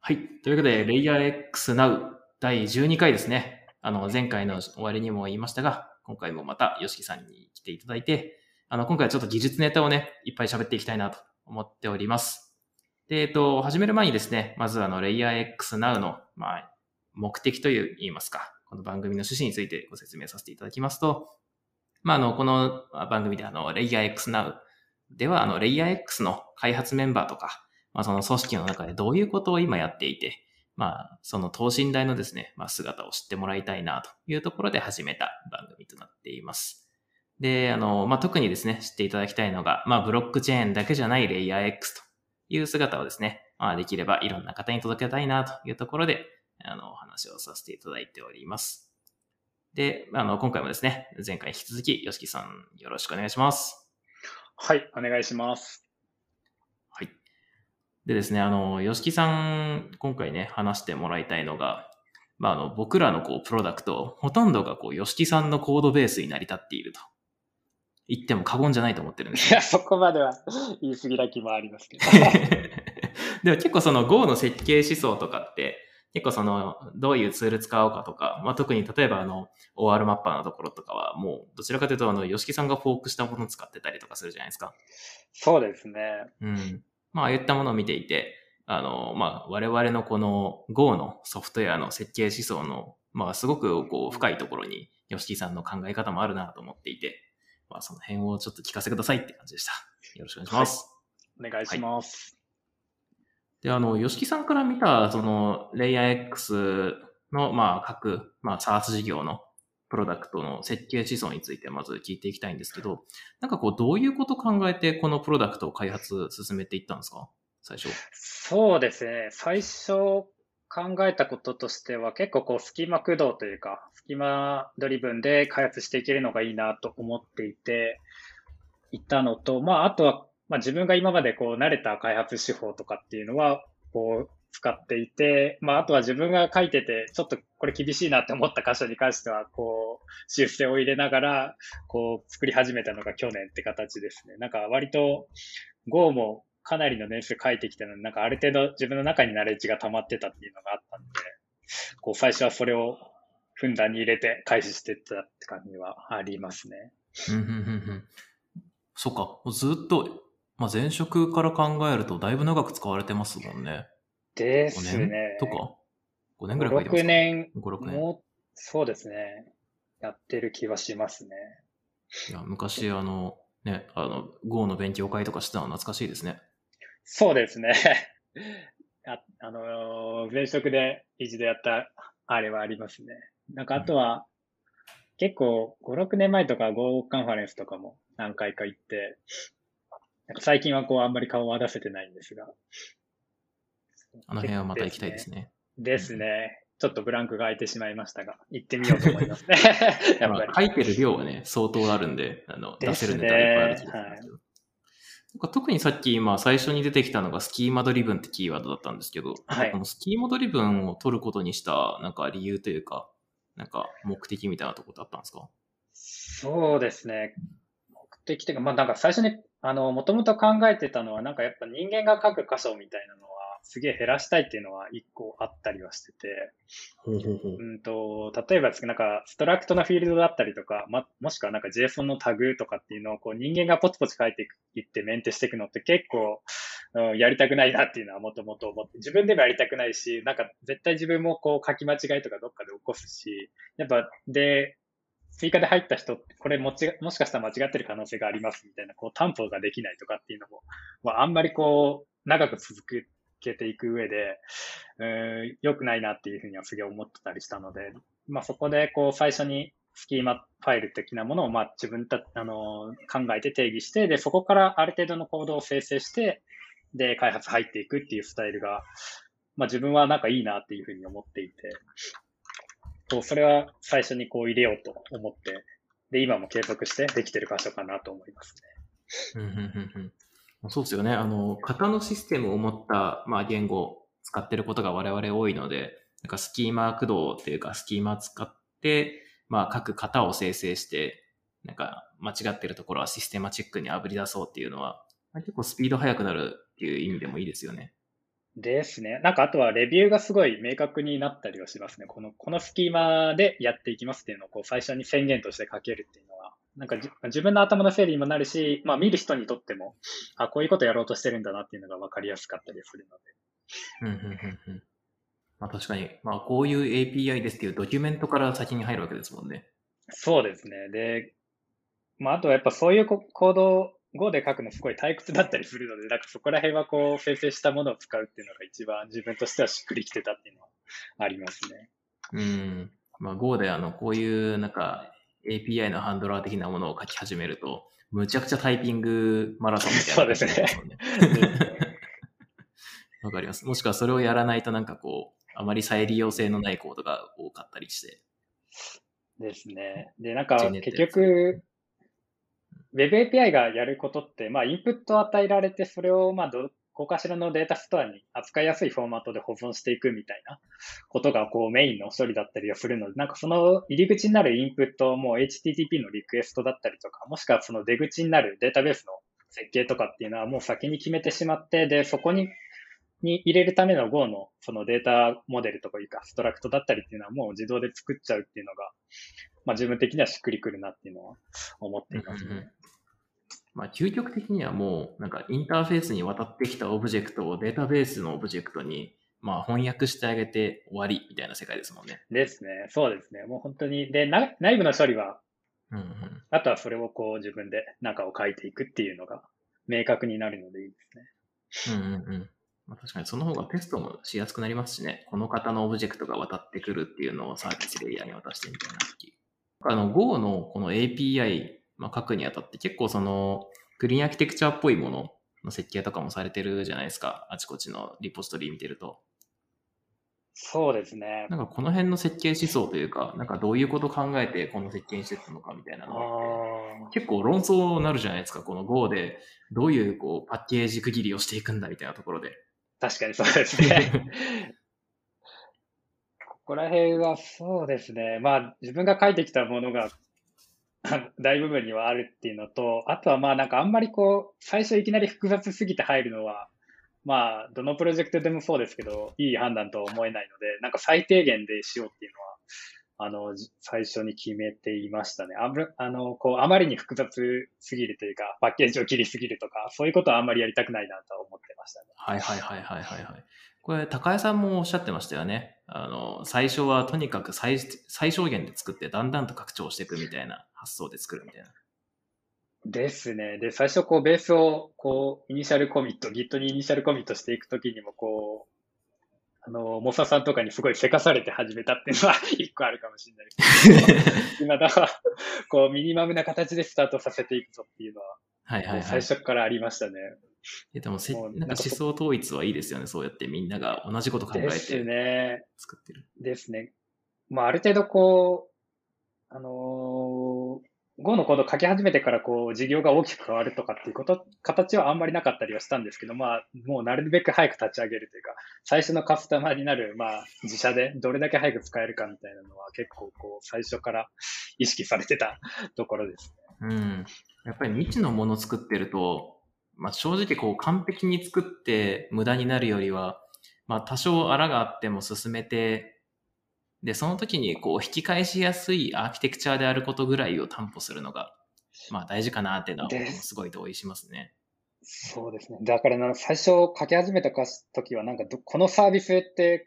はい。というわけで、LayerX Now 第12回ですね。前回の終わりにも言いましたが、今回もまた YOSHIKI さんに来ていただいて、今回はちょっと技術ネタをね、いっぱい喋っていきたいなと思っております。で、始める前にですね、まずLayerX Now の、目的と言いますか、この番組の趣旨についてご説明させていただきますと、この番組でLayerX Now では、LayerX の開発メンバーとか、その組織の中でどういうことを今やっていて、その等身大のですね、姿を知ってもらいたいなというところで始めた番組となっています。で、特にですね、知っていただきたいのが、ブロックチェーンだけじゃないレイヤー X という姿をですね、できればいろんな方に届けたいなというところで、お話をさせていただいております。で、今回もですね、前回引き続き、YOSHIKIさんよろしくお願いします。 はい、お願いします。 はい。でですね、YOSHIKIさん、今回ね、話してもらいたいのが、僕らのプロダクト、ほとんどがYOSHIKIさんのコードベースに成り立っていると言っても過言じゃないと思ってるんですいや、 ね。 そこまでは言い過ぎな気もありますけど。 でも結構その Go の設計思想とかって、結構どういうツール使おうかとか、特に例えばOR マッパーのところとかは、もうどちらかというとYOSHIKIさんがフォークしたものを使ってたりとかするじゃないですか。 そうですね。 うん。ああいったものを見ていて、我々のこの Go のソフトウェアの設計思想の、すごく深いところに YOSHIKIさんの考え方もあるなと思っていて、その辺をちょっと聞かせてくださいって感じでした。よろしくお願いします。 はい、お願いします。 で、YOSHIKIさんから見た、その、レイヤー X の、各、SaaS 事業のプロダクトの設計思想についてまず聞いていきたいんですけど、どういうことを考えてこのプロダクトを開発進めていったんですか？最初。 そうですね。最初考えたこととしては、結構スキマ駆動というか、スキマドリブンで開発していけるのがいいなと思っていたのと、あとは、自分が今まで慣れた開発手法とかっていうのは、使っていて、あとは自分が書いてて、ちょっとこれ厳しいなって思った箇所に関しては、修正を入れながら、作り始めたのが去年って形ですね。割と Go もかなりの年数書いてきたので、ある程度自分の中にナレッジが溜まってたっていうのがあったので、最初はそれをふんだんに入れて開始していったって感じはありますね。 そっか。ずっと、前職から考えるとだいぶ長く使われてますもんね。 です 5年ね。 とか ?5 年ぐらい 5、6 書いてますか？ 年、 5、6年。 もう、そうですね。やってる気はしますね。 いや、昔Go の勉強会とかしてたの懐かしいですね。 そうですね。前職で一度やったあれはありますね。あとは、結構5、6年前とか Go カンファレンスとかも何回か行って、最近はあんまり顔は出せてないんですが。 あの辺はまた行きたいですね。 ですね。ちょっとブランクが空いてしまいましたが、行ってみようと思いますね。やっぱり。 書いてる量はね、相当あるんで、出せるネタはいっぱいある気がするんですけど。特にさっき、最初に出てきたのがスキーマドリブンってキーワードだったんですけど、 はい。 このスキーマドリブンを取ることにした、理由というか、目的みたいなところってあったんですか？ そうですね。目的というか、最初に、もともと考えてたのは、やっぱ人間が書く箇所みたいなのは、すげえ減らしたいっていうのは一個あったりはしてて、例えばですけど、ストラクトのフィールドだったりとか、もしくはJSON のタグとかっていうのを人間がポツポツ書いていってメンテしていくのって結構、やりたくないなっていうのはもともと思って、自分でもやりたくないし、絶対自分も書き間違いとかどっかで起こすし、やっぱ、追加で入った人、これもしかしたら間違ってる可能性がありますみたいな、担保ができないとかっていうのも、あんまり長く続けていく上で、良くないなっていうふうにはすげえ思ってたりしたので、そこで最初にスキーマファイル的なものを自分た、考えて定義して、で、そこからある程度のコードを生成して、で、開発入っていくっていうスタイルが、自分はいいなっていうふうに思っていて、それは最初に入れようと思って、で、今も継続してできてる箇所かなと思いますね。そうですよね。型のシステムを持った、言語を使ってることが我々多いので、スキーマ駆動っていうか、スキーマ使って、各型を生成して、間違ってるところはシステマチックに炙り出そうっていうのは、結構スピード速くなるっていう意味でもいいですよね。 ですね。なんかあとはレビューがすごい明確になったりはしますね。このスキーマでやっていきますっていうのをこう最初に宣言として書けるっていうのは、なんか自分の頭の整理にもなるし、まあ見る人にとっても、あ、こういうことやろうとしてるんだなっていうのが分かりやすかったりするので。 うんうんうんうん。まあ確かに、まあこういう API ですっていうドキュメントから先に入るわけですもんね。 そうですね。で、まああとはやっぱそういうコードをGo で書くのすごい退屈だったりするので、なんかそこら辺はこう生成したものを使うっていうのが一番自分としてはしっくりきてたっていうのはありますね。 うん。まあ Go でこういうなんか API のハンドラー的なものを書き始めると、むちゃくちゃタイピングマラソンみたいな感じそうですね。 になりますもんね。 ですね。 わかります。もしくはそれをやらないとなんかこう、あまり再利用性のないコードが多かったりして、 ですね。で、なんジェか結ネってやつ。 局、Web API がやることって、まあ、インプットを与えられて、それを、まあ、どこかしらのデータストアに扱いやすいフォーマットで保存していくみたいなことが、こう、メインの処理だったりはするので、なんかその入り口になるインプットも HTTP のリクエストだったりとか、もしくはその出口になるデータベースの設計とかっていうのはもう先に決めてしまって、で、そこに入れるための Go のそのデータモデルとかいうか、ストラクトだったりっていうのはもう自動で作っちゃうっていうのが、まあ自分的にはしっくりくるなっていうのは思ってうんういますね。 んうん。まあ究極的にはもうなんかインターフェースに渡ってきたオブジェクトをデータベースのオブジェクトにまあ翻訳してあげて終わりみたいな世界ですもんね。 ですね。そうですね。もう本当に。で、内部の処理は、 うんうん。 あとはそれをこう自分で中を書いていくっていうのが明確になるのでいいですね。 うんうんうん。まあ、確かにその方がテストもしやすくなりますしね。この方のオブジェクトが渡ってくるっていうのをサービスレイヤーに渡してみたいな時。Go のこの API、まあ、書くにあたって結構そのクリーンアーキテクチャっぽいものの設計とかもされてるじゃないですか。あちこちのリポジトリ見てると。 そうですね。 なんかこの辺の設計思想というか、なんかどういうこと考えてこの設計にしてったのかみたいなあのってあ、 結構論争になるじゃないですか。この Go でどういうこうパッケージ区切りをしていくんだみたいなところで。 確かにそうですね。ここら辺はそうですね。まあ自分が書いてきたものが大部分にはあるっていうのと、あとはまあなんかあんまりこう、最初いきなり複雑すぎて入るのは、まあ、どのプロジェクトでもそうですけど、いい判断とは思えないので、なんか最低限でしようっていうのは、最初に決めていましたね。こう、あまりに複雑すぎるというか、パッケージを切りすぎるとか、そういうことはあんまりやりたくないなとは思ってましたね。 はいはいはいはいはいはい。これ、高江さんもおっしゃってましたよね。最初はとにかく最小限で作って、だんだんと拡張していくみたいな発想で作るみたいな。 ですね。で、最初こう、ベースを、こう、イニシャルコミット、Git にイニシャルコミットしていくときにも、こう、モサさんとかにすごいせかされて始めたっていうのは一個あるかもしれないですけど、今だは、こう、ミニマムな形でスタートさせていくぞっていうのは、 はいはもういはい。 最初からありましたね。 でももう、 なんか思想統一はいいですよね。そうやってみんなが同じこと考ですえてね。 作ってる。 ですね。まあ、ある程度こう、Go のコードを書き始めてからこう、事業が大きく変わるとかっていう形はあんまりなかったりはしたんですけど、まあ、もうなるべく早く立ち上げるというか、最初のカスタマーになる、まあ、自社でどれだけ早く使えるかみたいなのは結構こう、最初から意識されてたところです。 うん。やっぱり未知のものを作ってると、まあ正直こう完璧に作って無駄になるよりは、まあ多少あらがあっても進めて、で、その時にこう引き返しやすいアーキテクチャであることぐらいを担保するのが、まあ大事かなっていうのは僕もすです。 ごい同意しますね。 そうですね。だから最初書き始めた時は、なんかこのサービスって、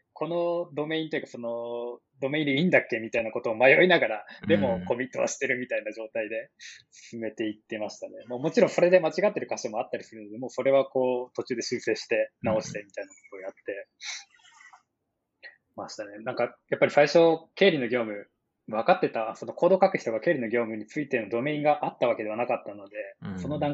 このドメインというか、そのドメインでいいんだっけみたいなことを迷いながら、でもうん。 コミットはしてるみたいな状態で進めていってましたね。もちろんそれで間違ってる箇所もあったりするので、もうそれはこう途中で修正してうん。 直してみたいなことをやってましたね。なんかやっぱり最初、経理の業務、分かってた、そのコード書く人が経理の業務についてのドメインがあったわけではなかったので、 うん。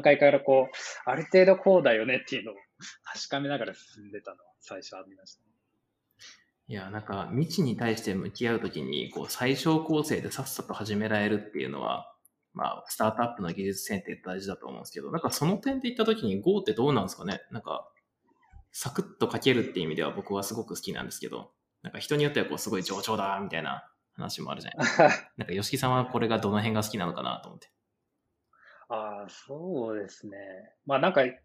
その段階からこう、ある程度こうだよねっていうのを確かめながら進んでたのは最初ありましたね。 いや、なんか未知に対して向き合うときに、こう最小構成でさっさと始められるっていうのは、まあ、スタートアップの技術選定って大事だと思うんですけど、なんかその点で言ったときに Go ってどうなんですかね。なんかサクッと書けるっていう意味では僕はすごく好きなんですけど、なんか人によってはこうすごい上調だみたいな話もあるじゃないですか。なんか吉木さんはこれがどの辺が好きなのかなと思って。 ああ、そうですね。まあなんか、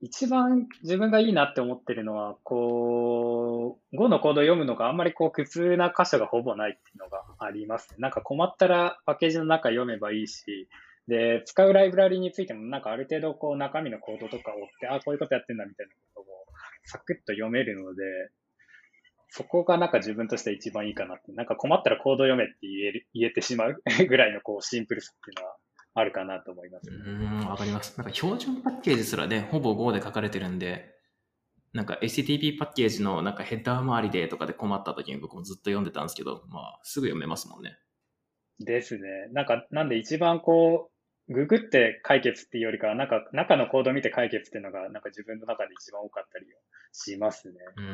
一番自分がいいなって思ってるのは、こう、Go のコードを読むのがあんまりこう苦痛な箇所がほぼないっていうのがありますね。なんか困ったらパッケージの中読めばいいし、で、使うライブラリについてもなんかある程度こう中身のコードとかを追って、あ、こういうことやってんだみたいなことをサクッと読めるので、そこがなんか自分として一番いいかなって。なんか困ったらコード読めって言えてしまうぐらいのこうシンプルさっていうのはあるかなと思いますね。 わかります。なんか標準パッケージすらね、ほぼ Go で書かれてるんで、なんか HTTP パッケージのなんかヘッダー周りでとかで困った時に僕もずっと読んでたんですけど、まあすぐ読めますもんね。 ですね。なんで一番こう、ググって解決っていうよりかは、なんか中のコードを見て解決っていうのが、なんか自分の中で一番多かったりしますね。 うん。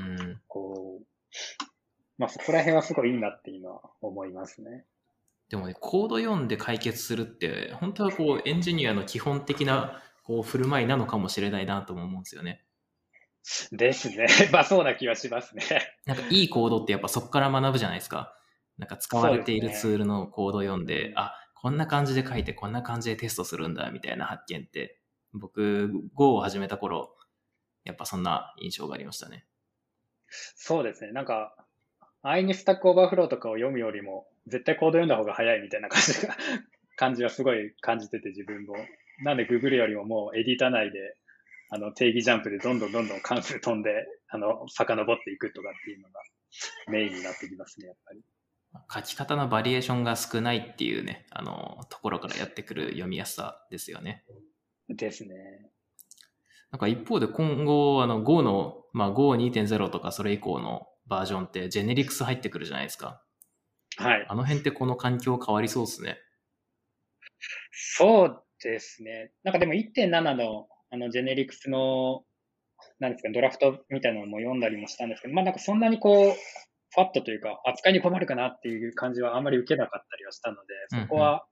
こう、まあそこら辺はすごいいいなって今思いますね。 でもね、コード読んで解決するって、本当はこうエンジニアの基本的なこう振る舞いなのかもしれないなとも思うんですよね。 ですね。まあそうな気はしますね。 なんかいいコードってやっぱそこから学ぶじゃないですか。なんか使わそうれているツですね。 ールのコードを読んで、 うん、 あ、こんな感じで書いてこんな感じでテストするんだみたいな発見って、僕 Go を始めた頃、やっぱそんな印象がありましたね。 そうですね。なんか、安易にスタックオーバーフローとかを読むよりも、絶対コード読んだ方が早いみたいな感じはすごい感じてて自分も。なんで Google よりももうエディター内で定義ジャンプでどんどんどんどん関数飛んで、遡っていくとかっていうのがメインになってきますね、やっぱり。 書き方のバリエーションが少ないっていうね、ところからやってくる読みやすさですよね。 ですね。 なんか一方で今後、Go の、まあ Go2.0 とかそれ以降のバージョンってジェネリクス入ってくるじゃないですか。 はい。 あの辺ってこの環境変わりそうですね。 そうですね。なんかでも1.7の、ジェネリクスの、なんですか、ドラフトみたいなのも読んだりもしたんですけど、まあなんかそんなにこう、ファットというか、扱いに困るかなっていう感じはあんまり受けなかったりはしたので、 うんうん。 そこは、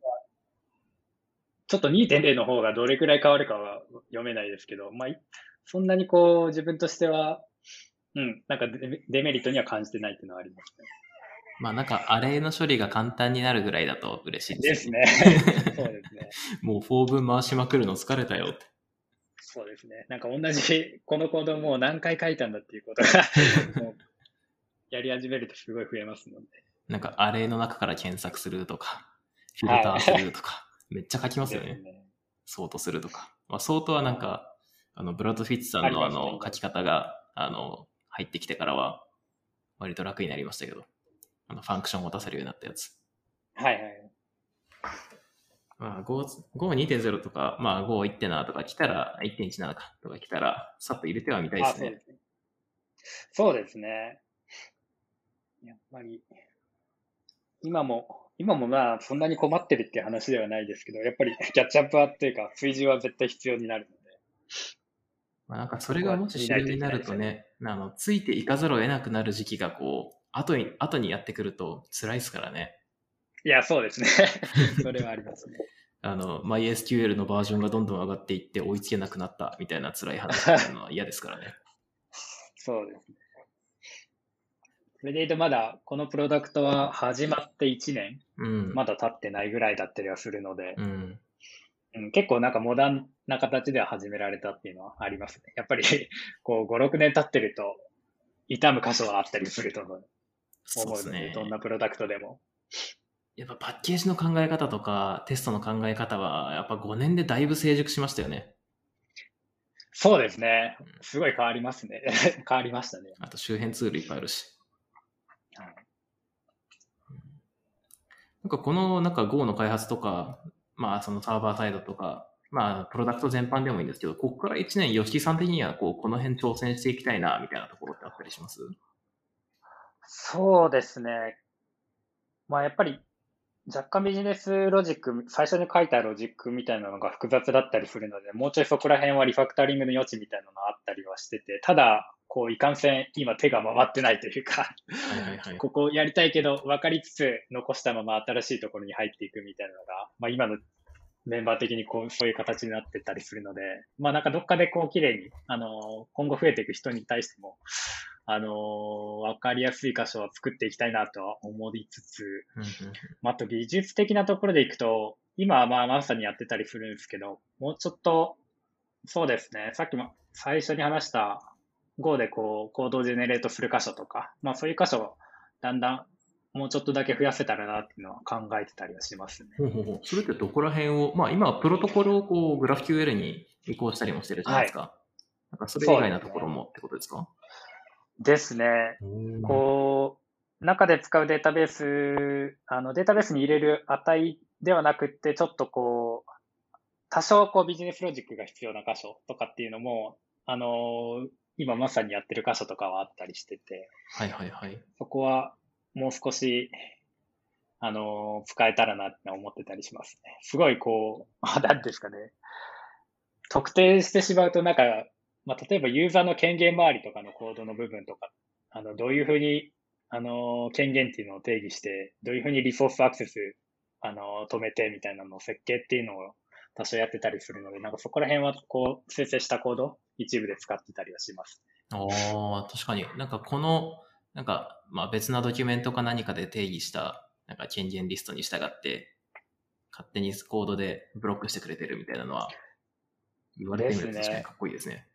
ちょっと2.0の方がどれくらい変わるかは読めないですけど、まあ、そんなにこう、自分としては、なんかデメリットには感じてないっていうのはありますね。 まあなんかアレイの処理が簡単になるぐらいだと嬉しいですよね。 ですね。そうですね。 もう4分回しまくるの疲れたよって。 そうですね。なんか同じ、このコードもう何回書いたんだっていうことがもうやり始めるとすごい増えますので。 なんかアレイの中から検索するとか、フィルターするはとか、めっちゃ書きまい。 すよね。 ですね。 ソートするとか。まあ、ソートはなんか、ブラッド・フィッツさんのあります、あり書きます。 方が、入ってきてからは、割と楽になりましたけど、ファンクションを出せるようになったやつ。 はいはい。 まあ、Go2.0 とか、まあ、Go1.7 とか来たら、1.17かとか来たら、さっと入れてはみたいであ、 すね。 そうですね。そうですね。やっぱり、今もまあ、そんなに困ってるっていう話ではないですけど、やっぱりキャッチアップはっていうか、追従は絶対必要になるので、 まあ、なんかそそこはれがもし見ないとい主流になけないですよね。 るとね、ついていかざるを得なくなる時期がこう、後にやってくると辛いですからね。 いや、そうですね。それはありますね。 MySQL のバージョンがどんどん上がっていって追いつけなくなったみたいな辛い話になるのは嫌ですからね。 そうですね。それで言うとまだ、このプロダクトは始まって1年、 うん。 まだ経ってないぐらいだったりはするので、 うん。 結構なんかモダンな形では始められたっていうのはありますね。やっぱりこう5、6年経ってると痛む箇所はあったりするとそうです思うので、どんね。 なプロダクトでも。 やっぱパッケージの考え方とかテストの考え方はやっぱ5年でだいぶ成熟しましたよね。 そうですね。すごい変わりますね。変わりましたね。 あと周辺ツールいっぱいあるし。 はい。 なんかこのなんか Go の開発とか、まあそのサーバーサイドとか、まあプロダクト全般でもいいんですけど、ここから1年、吉木さん的にはこうこの辺挑戦していきたいなみたいなところってあったりします？ そうですね。まあやっぱり若干ビジネスロジック、最初に書いたロジックみたいなのが複雑だったりするので、もうちょいそこら辺はリファクタリングの余地みたいなのがあったりはしてて、ただ、こう、いかんせん今手が回ってないというか、 はいはいはい。 ここやりたいけど分かりつつ残したまま新しいところに入っていくみたいなのが、まあ今のメンバー的にこう、そういう形になってたりするので、まあなんかどっかでこう綺麗に、今後増えていく人に対しても、わかりやすい箇所は作っていきたいなとは思いつつ、 うんうんまあ、あと技術的なところでいくと、今はまあまさにやってたりするんですけど、もうちょっとそうですね。さっきも最初に話した Go でこうコードをジェネレートする箇所とか、まあそういう箇所をだんだんもうちょっとだけ増やせたらなっていうのは考えてたりはしますね。 ほうほうほう。それってどこら辺を、まあ今はプロトコルをこう GraphQL に移行したりもしてるじゃないはい。 ですか。なんかそれ以外のところそうですね。 もってことですか？ ですね。 うーん。 こう、中で使うデータベース、データベースに入れる値ではなくって、ちょっとこう、多少こうビジネスロジックが必要な箇所とかっていうのも、今まさにやってる箇所とかはあったりしてて、 はいはいはい。 そこはもう少し、使えたらなって思ってたりしますね。すごいこう、なんですかね。特定してしまうとなんか、まあ、例えばユーザーの権限周りとかのコードの部分とか、どういうふうに、権限っていうのを定義して、どういうふうにリソースアクセス、止めてみたいなのを設計っていうのを多少やってたりするので、なんかそこら辺はこう、生成したコード、一部で使ってたりはします。 ああ、確かに。なんかこの、なんか、まあ別なドキュメントか何かで定義した、なんか権限リストに従って、勝手にコードでブロックしてくれてるみたいなのは、言われでてみると確かにすね。 かっこいいですね。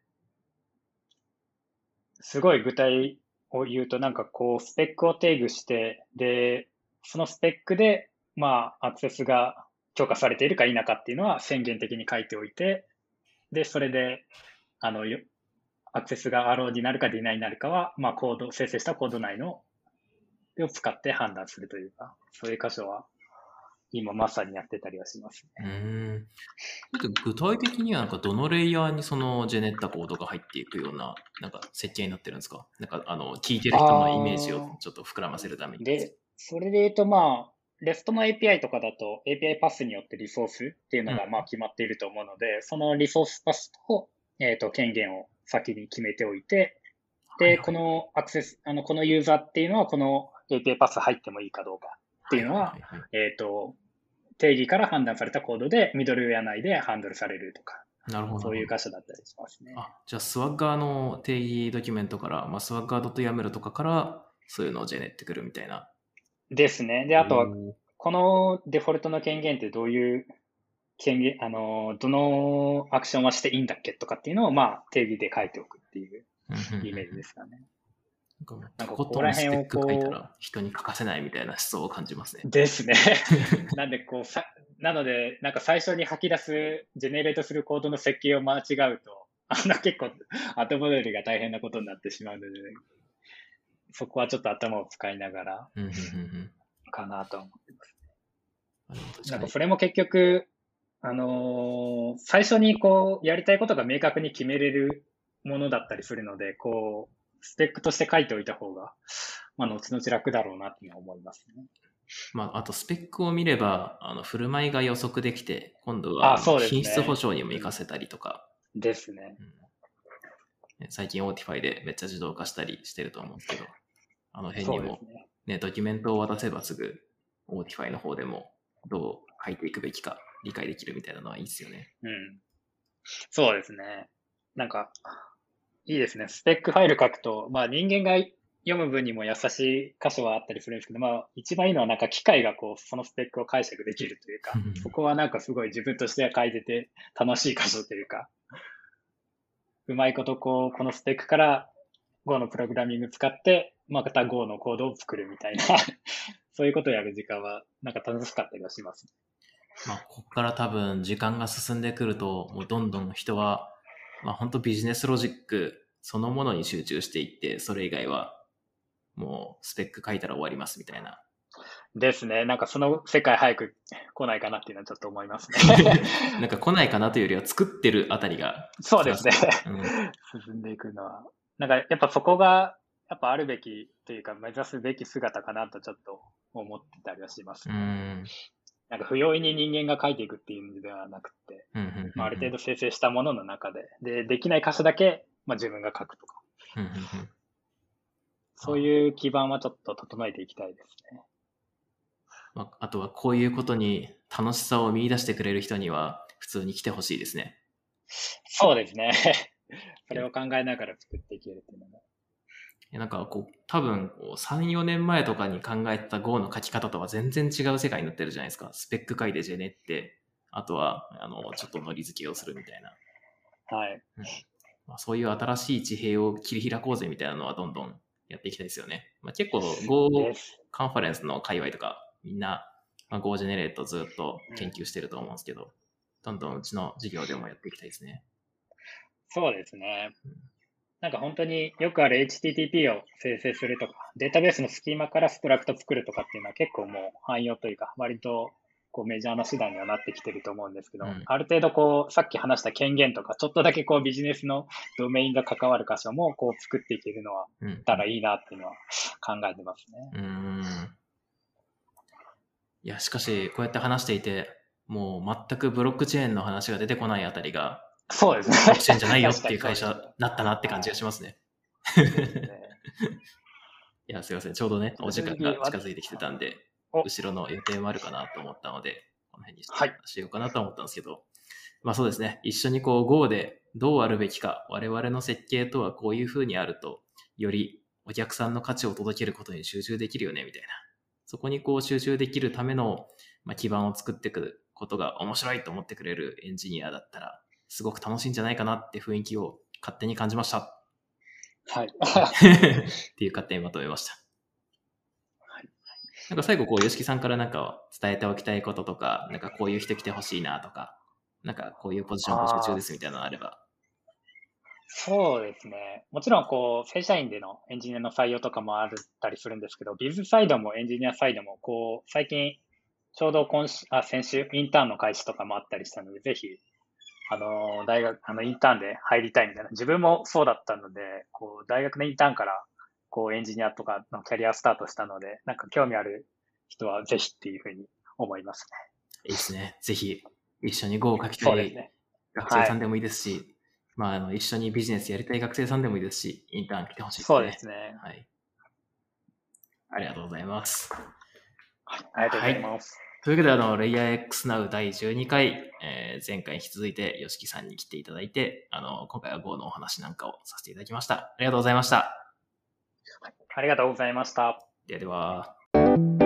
すごい具体を言うと、なんかこう、スペックを定義して、で、そのスペックで、まあ、アクセスが許可されているか否かっていうのは宣言的に書いておいて、で、それで、アクセスがアローになるかディナイになるかは、まあ、生成したコード内の、を使って判断するというか、そういう箇所は、今まさにやってたりはしますうね。 ーん。それって具体的にはなんかどのレイヤーにそのジェネったコードが入っていくような、なんか設計になってるんですか？なんか聞いてる人のイメージをあちょっと膨らませるために。 で、それで言うと、まあ、REST の API とかだと API パスによってリソースっていううん。 のがまあ決まっていると思うので、そのリソースパスと、権限を先に決めておいて、で、こはいはい。 のアクセス、このユーザーっていうのはこの API パス入ってもいいかどうかってはいいうのは、 はいはいはい。 定義から判断されたコードでミドルウェア内でハンドルされるとか、 なるほどなるほど。 そういう箇所だったりしますね。 あ、じゃあスワッガーの定義ドキュメントから、まあ、スワッガー .yaml とかから、そういうのをジェネってくるみたいな。 ですね。で、 おあとは、 ー。 このデフォルトの権限ってどういう権限、どのアクションはしていいんだっけとかっていうのを、まあ、定義で書いておくっていううんうんうんイメージうん。 ですかね。 なんかもうなんか、 とこここら辺をとんスペック書いたこら人に書かせないみたいな思想を感じますね。 う、ですね。なんで、こう、なので、なんか最初に吐き出す、ジェネレートするコードの設計を間違うと、結構、後戻りが大変なことになってしまうので、そこはちょっと頭を使いながらうんうんうんうん。 かなとは思ってます。 あ、でも確なんか、 かに。 それも結局、最初にこう、やりたいことが明確に決めれるものだったりするので、こう、スペックとして書いておいた方が、まあ、後々楽だろうなっていうのは思いますね。 まあ、あとスペックを見れば、振る舞いが予測できて、今度はあ、そうです品質保ね。 証にもうん。 活かせたりとか、 ですね。 うんね、最近 Autify でめっちゃ自動化したりしてると思うんですけど、あの辺にも、 そうですね。 ね、ドキュメントを渡せばすぐ Autify の方でもどう書いていくべきか理解できるみたいなのはいいですよね。 うん。そうですね。なんか、いいですね。スペックファイル書くと、まあ人間が読む分にも優しい箇所はあったりするんですけど、まあ一番いいのはなんか機械がこう、そのスペックを解釈できるというか、そこはなんかすごい自分としては書いてて楽しい箇所というか、うまいことこう、このスペックから Go のプログラミング使って、また Go のコードを作るみたいなそういうことをやる時間はなんか楽しかったりはします。 まあ、ここから多分時間が進んでくると、もうどんどん人は、まあ本当ビジネスロジックそのものに集中していって、それ以外はもうスペック書いたら終わりますみたいな。 ですね。なんかその世界早く来ないかなっていうのはちょっと思いますね。 なんか来ないかなというよりは作ってるあたりがそうですね。 来ますよね。うん。 進んでいくのは。なんかやっぱそこが、やっぱあるべきというか目指すべき姿かなとちょっと思ってたりはしますうね。 ん。 なんか不用意に人間が書いていくっていうのではなくて、 うん。うん。 まあ、ある程うん。 度生成したものの中で、できない箇所だけ、まあ、自分が書くとか、 うん。うん。 そういう基盤はちょっと整えていきたいですね。 まあ、あとはこういうことに楽しさを見出してくれる人には普通に来てほしいですね。 そうですね。そいや、 れを考えながら作っていけるっていうのも。 なんかこう、多分こう3、4年前とかに考えてた Go の書き方とは全然違う世界になってるじゃないですか。スペック書いてジェネって、あとは、ちょっとノリ付けをするみたいな。 はい。 まあ、そういう新しい地平を切り開こうぜみたいなのはどんどんやっていきたいですよね。まあ、結構 Go です。 カンファレンスの界隈とかみんな、まあ、Go ジェネレートずっと研究してると思うんですけど、どんどんうちの授業でもやっていきたいですね。 そうですね。なんか本当によくある HTTP を生成するとか、データベースのスキーマからストラクト作るとかっていうのは結構もう汎用というか、割とこうメジャーな手段にはなってきてると思うんですけど、ある程度こう、さっき話した権限とか、ちょっとだけこうビジネスのドメインが関わる箇所もこう作っていけるのは、たらいいなっていうのは考えてますね。 いや、しかし、こうやって話していて、もう全くブロックチェーンの話が出てこないあたりが、 そうですね。 ブロックチェーンじゃないよっていう会社だったなって感じがしますね。いや、すいません。ちょうどね、お時間が近づいてきてたんで、後ろの予定もあるかなと思ったので、この辺にしようかなと思ったんですけど、まあそうですね。一緒にこう Go でどうあるべきか、我々の設計とはこういう風にあると、よりお客さんの価値を届けることに集中できるよね、みたいな。そこにこう集中できるための、基盤を作っていくことが面白いと思ってくれるエンジニアだったら、すごく楽しいんじゃないかなって雰囲気を勝手に感じました。 はい。 っていう勝手にまとめました。 はい。 なんか最後、こう、吉木さんからなんか伝えておきたいこととか、なんかこういう人来てほしいなとか、なんかこういうポジション募集中ですみたいなのがあれば。 そうですね。もちろん、こう、正社員でのエンジニアの採用とかもあったりするんですけど、ビズサイドもエンジニアサイドも、こう、最近、ちょうど先週、インターンの開始とかもあったりしたので、ぜひ、大学、インターンで入りたいみたいな。自分もそうだったので、こう、大学のインターンから、こう、エンジニアとかのキャリアスタートしたので、なんか興味ある人はぜひっていうふうに思いますね。いいですね。ぜひ、一緒に Go を書きたい学生さんでもいいですし、一緒にビジネスやりたい学生さんでもいいですし、インターン来てほしいですね。 そうですね。 はい。ありがとうございます。 はい、ありがとうございます。 というわけで、レイヤー X Now 第12回、前回に引き続いて、吉木さんに来ていただいて、今回は Go のお話なんかをさせていただきました。ありがとうございました。 ありがとうございました。 ではでは。